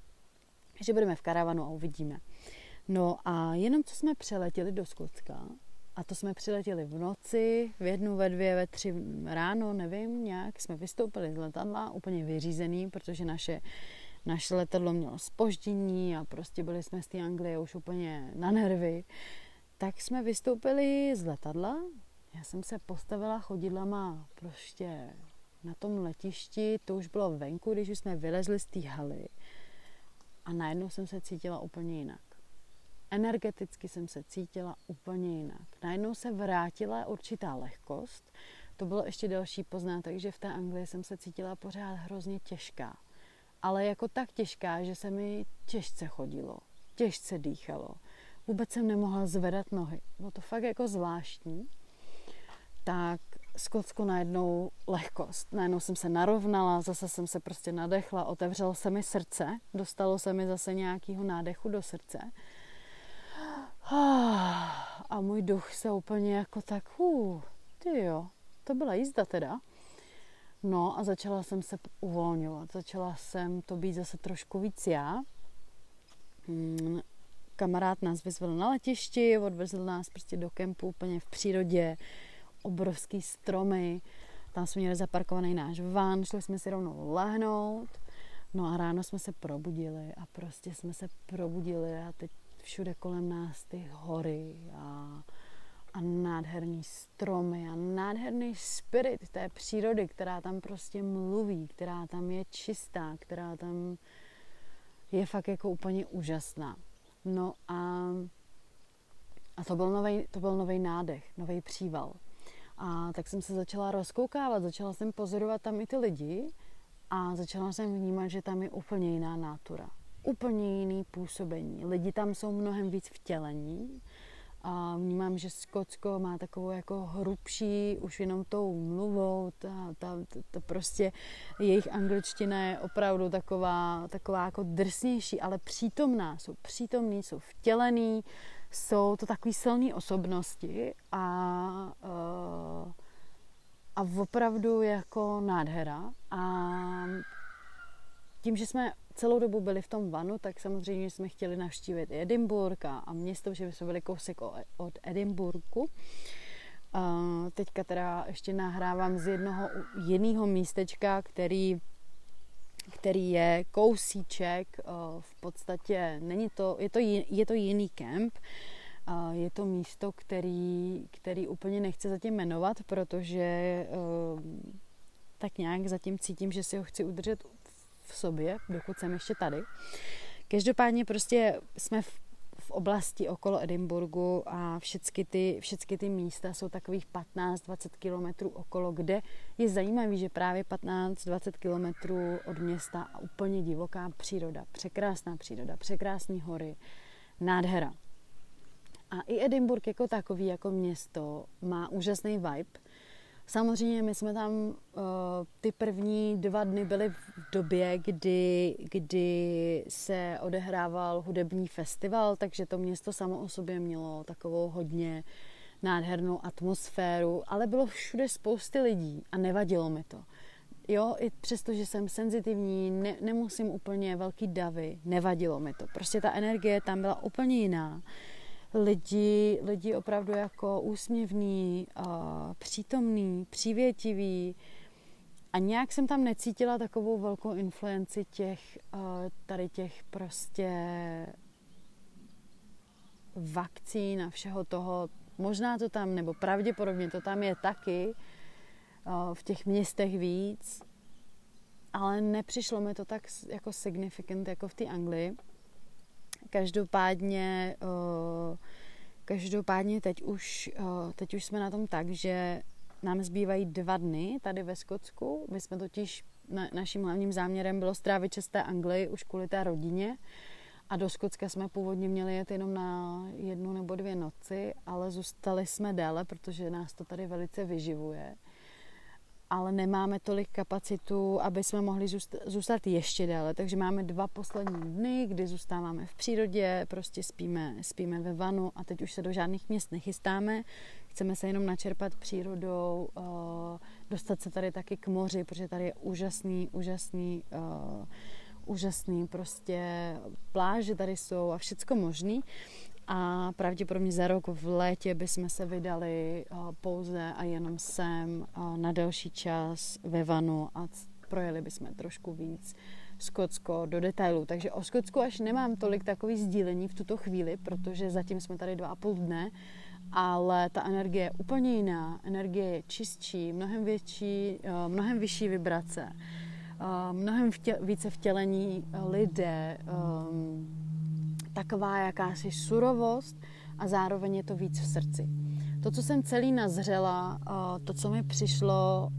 v karavanu a uvidíme. No a jenom co jsme přeletěli do Skotska, a to jsme přiletěli v noci, v 1, ve 2, ve 3 ráno, nevím, nějak jsme vystoupili z letadla, úplně vyřízený, protože naše letadlo mělo zpoždění a prostě byli jsme z té Anglie už úplně na nervy. Tak jsme vystoupili z letadla, já jsem se postavila chodidlama prostě na tom letišti, to už bylo venku, když už jsme vylezli z té haly a najednou jsem se cítila úplně jinak. Energeticky jsem se cítila úplně jinak. Najednou se vrátila určitá lehkost. To bylo ještě další poznatek, že v té Anglii jsem se cítila pořád hrozně těžká. Ale jako tak těžká, že se mi těžce chodilo. těžce dýchalo. Vůbec jsem nemohla zvedat nohy. Bylo to fakt jako zvláštní. Tak Skotsko najednou lehkost. Najednou jsem se narovnala, zase jsem se prostě nadechla, otevřelo se mi srdce, dostalo se mi zase nějakýho nádechu do srdce. A můj duch se úplně jako tak, tyjo, to byla jízda teda. No a začala jsem se uvolňovat, začala jsem to být zase trošku víc já. Kamarád nás vyzval na letišti, odvezl nás prostě do kempu úplně v přírodě, obrovský stromy, tam jsme měli zaparkovaný náš van, šli jsme si rovnou lehnout, no a ráno jsme se probudili a prostě jsme se probudili a teď všude kolem nás ty hory a nádherný stromy a nádherný spirit té přírody, která tam prostě mluví, která tam je čistá, která tam je fakt jako úplně úžasná. No a to byl nový nádech, nový příval. A tak jsem se začala rozkoukávat, začala jsem pozorovat tam i ty lidi a začala jsem vnímat, že tam je úplně jiná nátura. Úplně jiný působení. Lidi tam jsou mnohem víc vtělení. A vnímám, že Skotsko má takovou jako hrubší, už jenom tou mluvou, ta prostě jejich angličtina je opravdu taková jako drsnější, ale přítomná. Jsou přítomní, jsou vtělený, jsou to takový silný osobnosti a opravdu jako nádhera. A tím, že jsme celou dobu byli v tom vanu, tak samozřejmě jsme chtěli navštívit i Edinburgh a město, že jsme byli kousek od Edinburghu. Teďka teda ještě nahrávám z jednoho jiného místečka, který je kousíček, v podstatě je to jiný kemp. Je to místo, který úplně nechci zatím jmenovat, protože tak nějak zatím cítím, že si ho chci udržet v sobě, dokud jsem ještě tady. Každopádně prostě jsme v oblasti okolo Edinburghu a všechny ty místa jsou takových 15-20 kilometrů okolo, kde je zajímavý, že právě 15-20 kilometrů od města a úplně divoká příroda, překrásné hory, nádhera. A i Edinburgh jako takový, jako město, má úžasný vibe. Samozřejmě my jsme tam ty první 2 dny byli v době, kdy se odehrával hudební festival, takže to město samo o sobě mělo takovou hodně nádhernou atmosféru, ale bylo všude spousty lidí a nevadilo mi to. Jo, i přesto, že jsem senzitivní, nemusím úplně velký davy, nevadilo mi to. Prostě ta energie tam byla úplně jiná. Lidi opravdu jako úsměvní, přítomný, přívětivý a nějak jsem tam necítila takovou velkou influenci těch prostě vakcín a všeho toho. Možná to tam, nebo pravděpodobně to tam je taky v těch městech víc, ale nepřišlo mi to tak jako significant jako v té Anglii. Každopádně teď už jsme na tom tak, že nám zbývají 2 dny tady ve Skotsku. My jsme totiž, naším hlavním záměrem bylo strávit čas té Anglii už kvůli té rodině a do Skotska jsme původně měli jet jenom na 1 nebo 2 noci, ale zůstali jsme déle, protože nás to tady velice vyživuje. Ale nemáme tolik kapacitu, aby jsme mohli zůstat ještě déle. Takže máme 2 poslední dny, kdy zůstáváme v přírodě, prostě spíme ve vanu a teď už se do žádných měst nechystáme. Chceme se jenom načerpat přírodou, dostat se tady taky k moři, protože tady je úžasný prostě pláže tady jsou a všecko možný. A pravděpodobně za rok v létě bychom se vydali pouze a jenom sem na delší čas ve vanu a projeli bychom trošku víc Skotsko do detailu. Takže o Skotsku až nemám tolik takový sdílení v tuto chvíli, protože zatím jsme tady 2,5 dne, ale ta energie je úplně jiná. Energie je čistší, mnohem větší, mnohem vyšší vibrace, mnohem více vtělení lidé, taková jakási surovost a zároveň je to víc v srdci. To, co jsem celý nazřela, to, co mi přišlo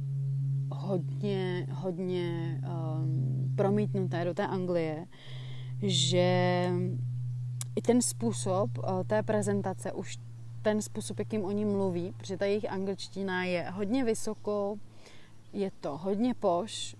hodně promítnuté do té Anglie, že i ten způsob té prezentace, už ten způsob, jakým oni mluví, protože ta jejich angličtina je hodně vysoko, je to hodně poš,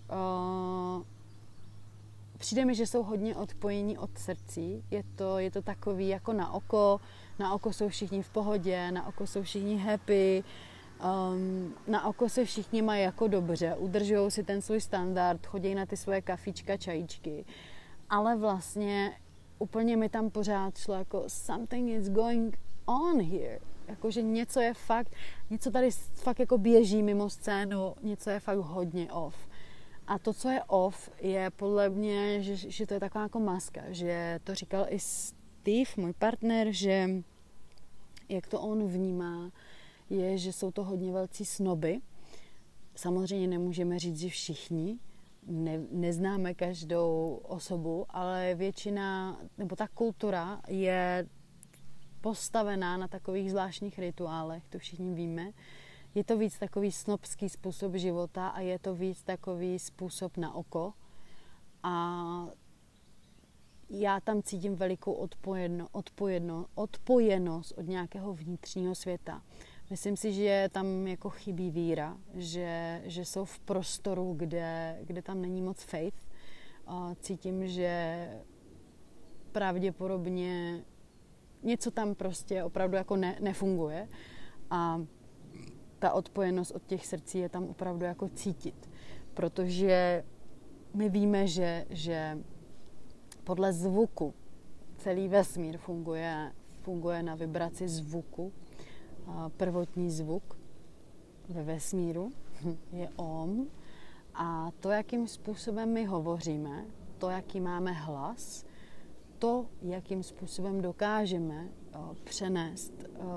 přijde mi, že jsou hodně odpojení od srdcí, je to takový jako na oko jsou všichni v pohodě, na oko jsou všichni happy, na oko se všichni mají jako dobře, udržují si ten svůj standard, chodí na ty svoje kafička, čajíčky, ale vlastně úplně mi tam pořád šlo jako something is going on here, jakože něco je fakt, něco tady fakt jako běží mimo scénu, něco je fakt hodně off. A to, co je off, je podle mě, že to je taková jako maska, že to říkal i Steve, můj partner, že jak to on vnímá, je, že jsou to hodně velcí snoby. Samozřejmě nemůžeme říct, že všichni, neznáme každou osobu, ale většina, nebo ta kultura je postavená na takových zvláštních rituálech, to všichni víme. Je to víc takový snobský způsob života a je to víc takový způsob na oko. A já tam cítím velikou odpojenost od nějakého vnitřního světa. Myslím si, že tam jako chybí víra, že jsou v prostoru, kde tam není moc faith. Cítím, že pravděpodobně něco tam prostě opravdu jako nefunguje a ta odpojenost od těch srdcí je tam opravdu jako cítit. Protože my víme, že podle zvuku celý vesmír funguje na vibraci zvuku. Prvotní zvuk ve vesmíru je Om. A to, jakým způsobem my hovoříme, to, jaký máme hlas, to, jakým způsobem dokážeme přenést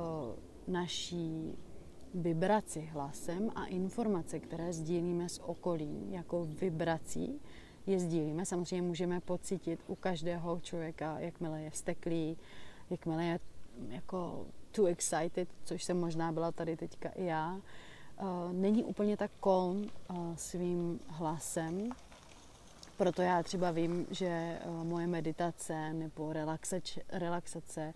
naší vibraci hlasem a informace, které sdílíme s okolím jako vibrací, je sdílíme. Samozřejmě můžeme pocítit u každého člověka, jakmile je vzteklý, jakmile je jako too excited, což jsem možná byla tady teďka i já. Není úplně tak calm svým hlasem, proto já třeba vím, že moje meditace nebo relaxace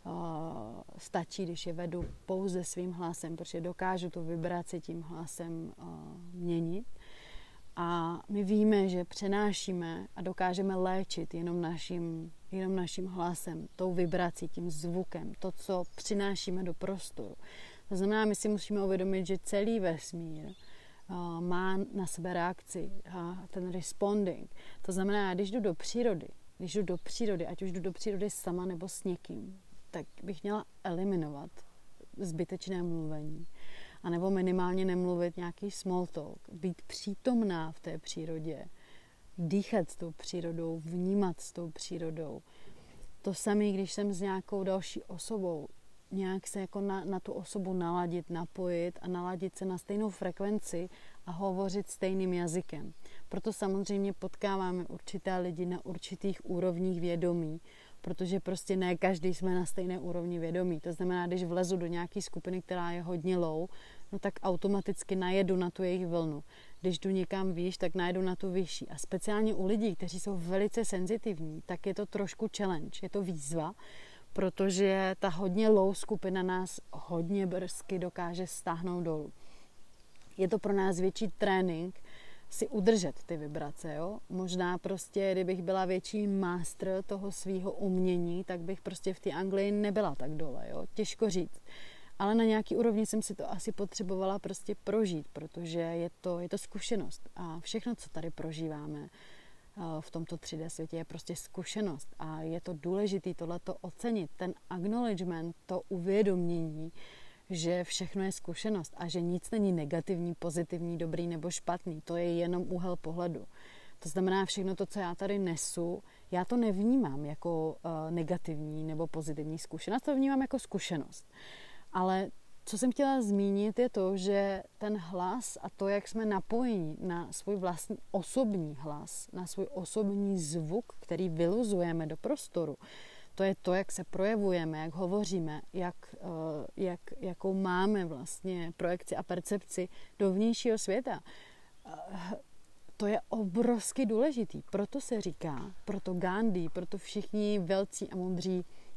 stačí, když je vedu pouze svým hlasem, protože dokážu tu vibraci tím hlasem měnit. A my víme, že přenášíme a dokážeme léčit jenom naším hlasem, tou vibrací, tím zvukem, to, co přinášíme do prostoru. To znamená, my si musíme uvědomit, že celý vesmír má na sebe reakci, ten responding. To znamená, když jdu do přírody, ať už jdu do přírody sama nebo s někým, tak bych měla eliminovat zbytečné mluvení. A nebo minimálně nemluvit nějaký small talk. Být přítomná v té přírodě. Dýchat s tou přírodou, vnímat s tou přírodou. To samé, když jsem s nějakou další osobou. Nějak se jako na tu osobu naladit, napojit a naladit se na stejnou frekvenci a hovořit stejným jazykem. Proto samozřejmě potkáváme určité lidi na určitých úrovních vědomí, protože prostě ne každý jsme na stejné úrovni vědomí. To znamená, když vlezu do nějaké skupiny, která je hodně low, no tak automaticky najedu na tu jejich vlnu. Když jdu někam výš, tak najedu na tu vyšší. A speciálně u lidí, kteří jsou velice senzitivní, tak je to trošku challenge, je to výzva, protože ta hodně low skupina nás hodně brzky dokáže stáhnout dolů. Je to pro nás větší trénink si udržet ty vibrace, jo? Možná prostě, kdybych byla větší master toho svýho umění, tak bych prostě v té Anglii nebyla tak dole, jo? Těžko říct. Ale na nějaký úrovni jsem si to asi potřebovala prostě prožít, protože je to zkušenost. A všechno, co tady prožíváme v tomto 3D světě, je prostě zkušenost. A je to důležité tohleto ocenit, ten acknowledgement, to uvědomění, že všechno je zkušenost a že nic není negativní, pozitivní, dobrý nebo špatný. To je jenom úhel pohledu. To znamená, všechno to, co já tady nesu, já to nevnímám jako negativní nebo pozitivní zkušenost, to vnímám jako zkušenost. Ale co jsem chtěla zmínit, je to, že ten hlas a to, jak jsme napojeni na svůj vlastní osobní hlas, na svůj osobní zvuk, který vyluzujeme do prostoru, to je to, jak se projevujeme, jak hovoříme, jakou máme vlastně projekci a percepci do vnějšího světa. To je obrovsky důležitý. Proto se říká, proto Gandhi, proto všichni velcí a moudří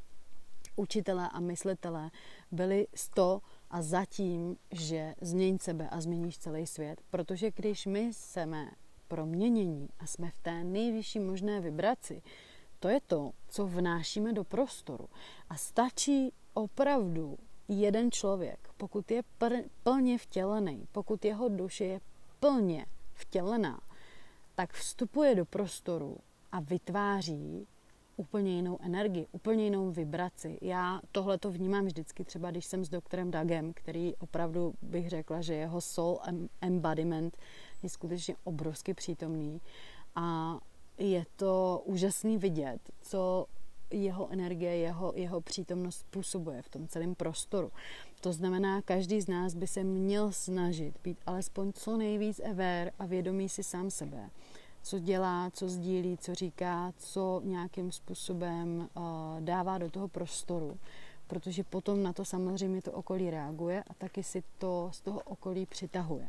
učitelé a myslitelé byli 100 a zatím, že změň sebe a změníš celý svět. Protože když my jsme proměnění a jsme v té nejvyšší možné vibraci, to je to, co vnášíme do prostoru. A stačí opravdu jeden člověk, pokud je plně vtělený, pokud jeho duše je plně vtělená, tak vstupuje do prostoru a vytváří úplně jinou energii, úplně jinou vibraci. Já tohle to vnímám vždycky, třeba když jsem s doktorem Dagem, který opravdu bych řekla, že jeho soul embodiment je skutečně obrovsky přítomný a je to úžasný vidět, co jeho energie, jeho přítomnost způsobuje v tom celém prostoru. To znamená, každý z nás by se měl snažit být alespoň co nejvíc aware a vědomý si sám sebe. Co dělá, co sdílí, co říká, co nějakým způsobem dává do toho prostoru. Protože potom na to samozřejmě to okolí reaguje a taky si to z toho okolí přitahuje.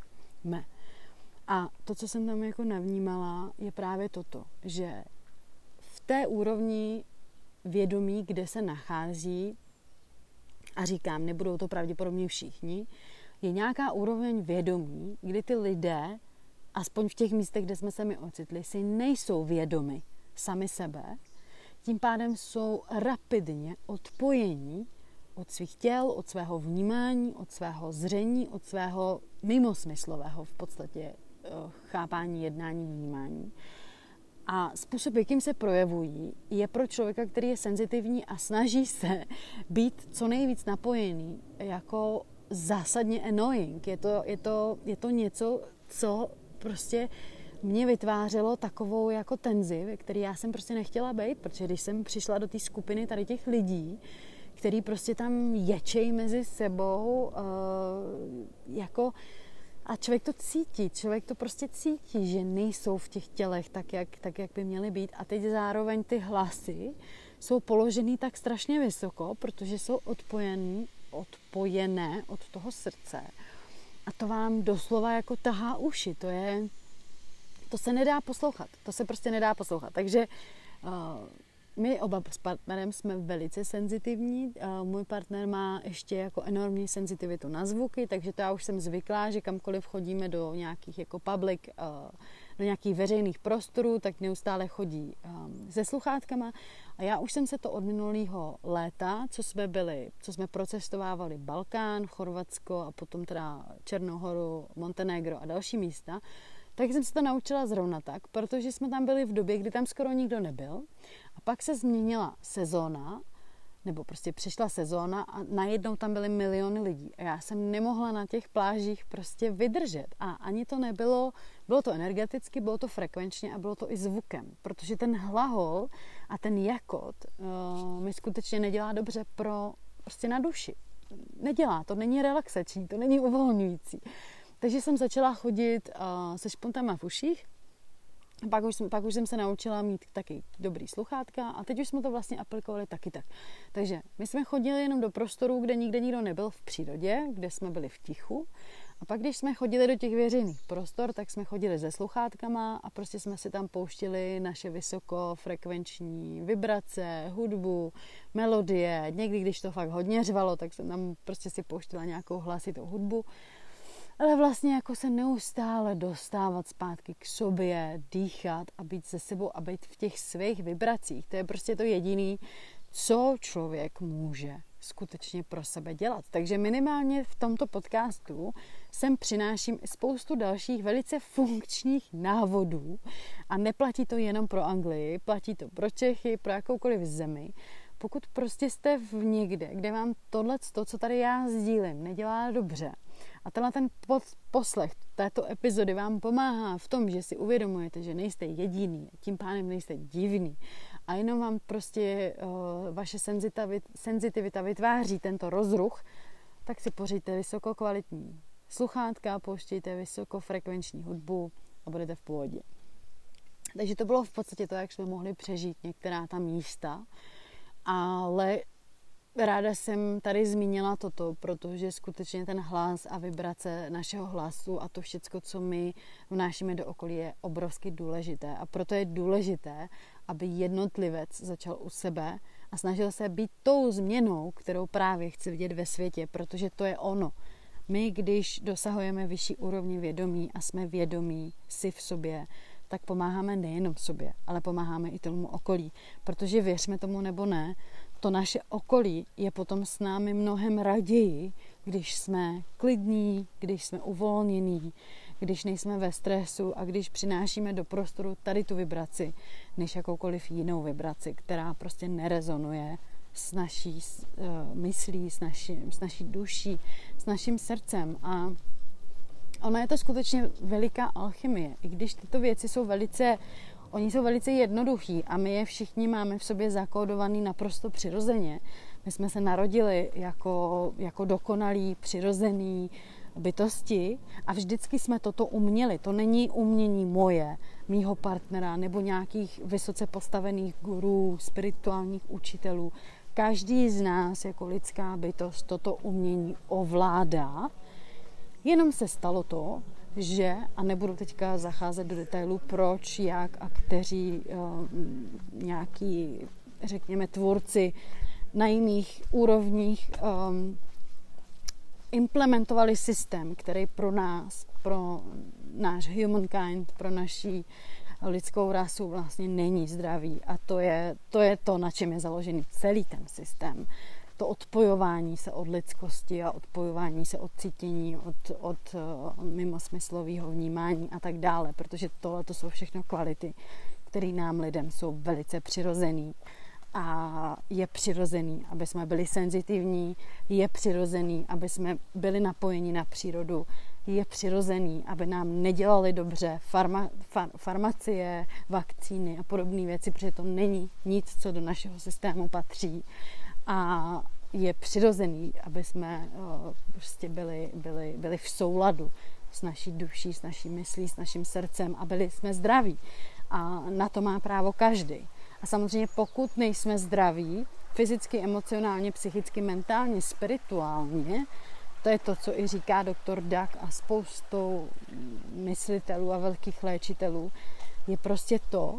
A to, co jsem tam jako navnímala, je právě toto, že v té úrovni vědomí, kde se nachází, a říkám, nebudou to pravděpodobně všichni, je nějaká úroveň vědomí, kdy ty lidé, aspoň v těch místech, kde jsme se mi ocitli, si nejsou vědomi sami sebe, tím pádem jsou rapidně odpojení od svých těl, od svého vnímání, od svého zření, od svého mimosmyslového v podstatě chápání, jednání, vnímání. A způsob, jakým se projevují, je pro člověka, který je senzitivní a snaží se být co nejvíc napojený, jako zásadně annoying. Je to něco, co prostě mě vytvářelo takovou jako tenzi, ve který já jsem prostě nechtěla být, protože když jsem přišla do té skupiny tady těch lidí, který prostě tam ječejí mezi sebou, jako a člověk to cítí, člověk to prostě cítí, že nejsou v těch tělech tak, jak by měly být. A teď zároveň ty hlasy jsou položený tak strašně vysoko, protože jsou odpojené od toho srdce. A to vám doslova jako tahá uši. To se nedá poslouchat. To se prostě nedá poslouchat. Takže my oba s partnerem jsme velice senzitivní. Můj partner má ještě jako enormní senzitivitu na zvuky, takže to já už jsem zvyklá, že kamkoliv chodíme do nějakých jako public, do nějakých veřejných prostorů, tak neustále chodí se sluchátkama. A já už jsem se to od minulého léta, co jsme procestovávali Balkán, Chorvatsko a potom teda Černou Horu, Montenegro a další místa, tak jsem se to naučila zrovna tak, protože jsme tam byli v době, kdy tam skoro nikdo nebyl. A pak se změnila sezóna, nebo prostě přišla sezóna a najednou tam byly miliony lidí. A já jsem nemohla na těch plážích prostě vydržet. A ani to nebylo, bylo to energeticky, bylo to frekvenčně a bylo to i zvukem. Protože ten hlahol a ten jakot mi skutečně nedělá dobře prostě na duši. Nedělá, to není relaxační, to není uvolňující. Takže jsem začala chodit se špuntama v uších. Pak už jsem se naučila mít taky dobrý sluchátka a teď už jsme to vlastně aplikovali taky tak. Takže my jsme chodili jenom do prostoru, kde nikde nikdo nebyl v přírodě, kde jsme byli v tichu. A pak, když jsme chodili do těch veřejných prostor, tak jsme chodili se sluchátkama a prostě jsme si tam pouštili naše vysokofrekvenční vibrace, hudbu, melodie. Někdy, když to fakt hodně řvalo, tak jsem tam prostě si pouštila nějakou hlasitou hudbu. Ale vlastně jako se neustále dostávat zpátky k sobě, dýchat a být se sebou a být v těch svých vibracích. To je prostě to jediné, co člověk může skutečně pro sebe dělat. Takže minimálně v tomto podcastu sem přináším i spoustu dalších velice funkčních návodů a neplatí to jenom pro Anglii, platí to pro Čechy, pro jakoukoliv zemi. Pokud prostě jste v někde, kde vám tohleto, co tady já sdílím, nedělá dobře a tenhle ten poslech této epizody vám pomáhá v tom, že si uvědomujete, že nejste jediný, tím pádem nejste divný a jenom vám prostě vaše senzitivita vytváří tento rozruch, tak si pořiďte vysokokvalitní sluchátka, pouštějte vysokofrekvenční hudbu a budete v pohodě. Takže to bylo v podstatě to, jak jsme mohli přežít některá ta místa, ale ráda jsem tady zmínila toto, protože skutečně ten hlas a vibrace našeho hlasu a to všecko, co my vnášíme do okolí, je obrovsky důležité. A proto je důležité, aby jednotlivec začal u sebe a snažil se být tou změnou, kterou právě chci vidět ve světě, protože to je ono. My, když dosahujeme vyšší úrovni vědomí a jsme vědomí si v sobě, tak pomáháme nejenom sobě, ale pomáháme i tomu okolí. Protože věřme tomu nebo ne, to naše okolí je potom s námi mnohem raději, když jsme klidní, když jsme uvolnění, když nejsme ve stresu a když přinášíme do prostoru tady tu vibraci, než jakoukoliv jinou vibraci, která prostě nerezonuje s naší myslí, s naší duší, s naším srdcem. A ona je to skutečně veliká alchymie. I když tyto věci jsou oni jsou velice jednoduchý a my je všichni máme v sobě zakódovaný naprosto přirozeně. My jsme se narodili jako dokonalí, přirozený bytosti a vždycky jsme toto uměli. To není umění moje, mýho partnera nebo nějakých vysoce postavených gurů, spirituálních učitelů. Každý z nás jako lidská bytost toto umění ovládá. Jenom se stalo to, že, a nebudu teďka zacházet do detailů, proč, jak a kteří nějaký, řekněme, tvůrci na jiných úrovních implementovali systém, který pro nás, pro náš humankind, pro naší lidskou rasu vlastně není zdravý. A to je to, na čem je založený celý ten systém. To odpojování se od lidskosti a odpojování se od cítění, od mimosmyslového vnímání a tak dále, protože tohle to jsou všechno kvality, které nám lidem jsou velice přirozený. A je přirozený, aby jsme byli senzitivní, je přirozený, aby jsme byli napojeni na přírodu, je přirozený, aby nám nedělali dobře farmacie, vakcíny a podobné věci, protože to není nic, co do našeho systému patří. A je přirozený, aby jsme prostě byli v souladu s naší duší, s naší myslí, s naším srdcem a byli jsme zdraví. A na to má právo každý. A samozřejmě pokud nejsme zdraví, fyzicky, emocionálně, psychicky, mentálně, spirituálně, to je to, co i říká doktor Duck a spoustou myslitelů a velkých léčitelů, je prostě to,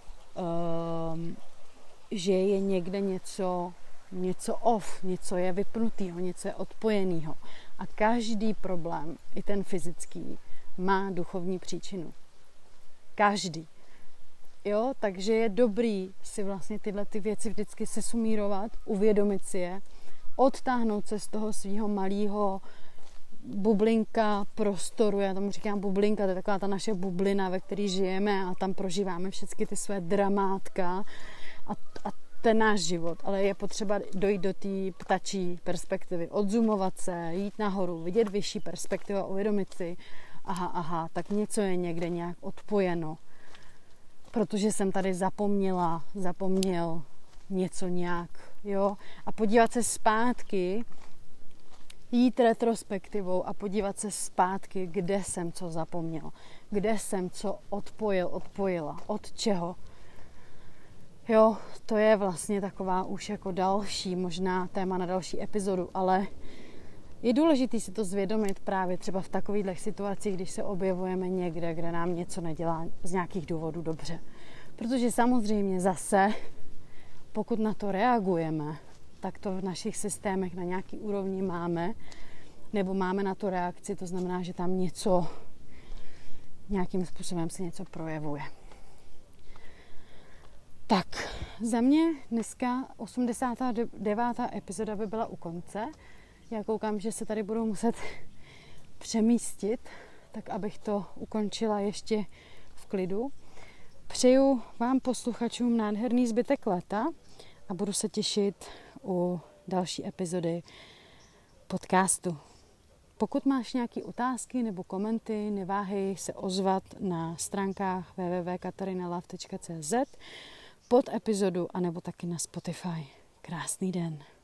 že je někde něco off, něco je vypnutýho, něco je odpojenýho. A každý problém, i ten fyzický, má duchovní příčinu. Každý. Jo, takže je dobrý si vlastně tyhle ty věci vždycky sesumírovat, uvědomit si je, odtáhnout se z toho svého malého bublinka prostoru, já tomu říkám bublinka, to je taková ta naše bublina, ve které žijeme a tam prožíváme všechny ty své dramátka a ten náš život, ale je potřeba dojít do té ptačí perspektivy, odzumovat se, jít nahoru, vidět vyšší perspektivu a uvědomit si, aha, tak něco je někde nějak odpojeno, protože jsem tady zapomněl něco nějak, jo, a podívat se zpátky, jít retrospektivou a podívat se zpátky, kde jsem co zapomněl, kde jsem co odpojila, od čeho. Jo, to je vlastně taková už jako další možná téma na další epizodu, ale je důležité si to zvědomit právě třeba v takových situacích, když se objevujeme někde, kde nám něco nedělá z nějakých důvodů dobře. Protože samozřejmě zase, pokud na to reagujeme, tak to v našich systémech na nějaký úrovni máme, nebo máme na to reakci, to znamená, že tam nějakým způsobem se něco projevuje. Tak, za mě dneska 89. epizoda by byla u konce. Já koukám, že se tady budu muset přemístit, tak abych to ukončila ještě v klidu. Přeju vám posluchačům nádherný zbytek léta a budu se těšit u další epizody podcastu. Pokud máš nějaké otázky nebo komenty, neváhej se ozvat na stránkách www.katarinalove.cz pod epizodu anebo taky na Spotify. Krásný den.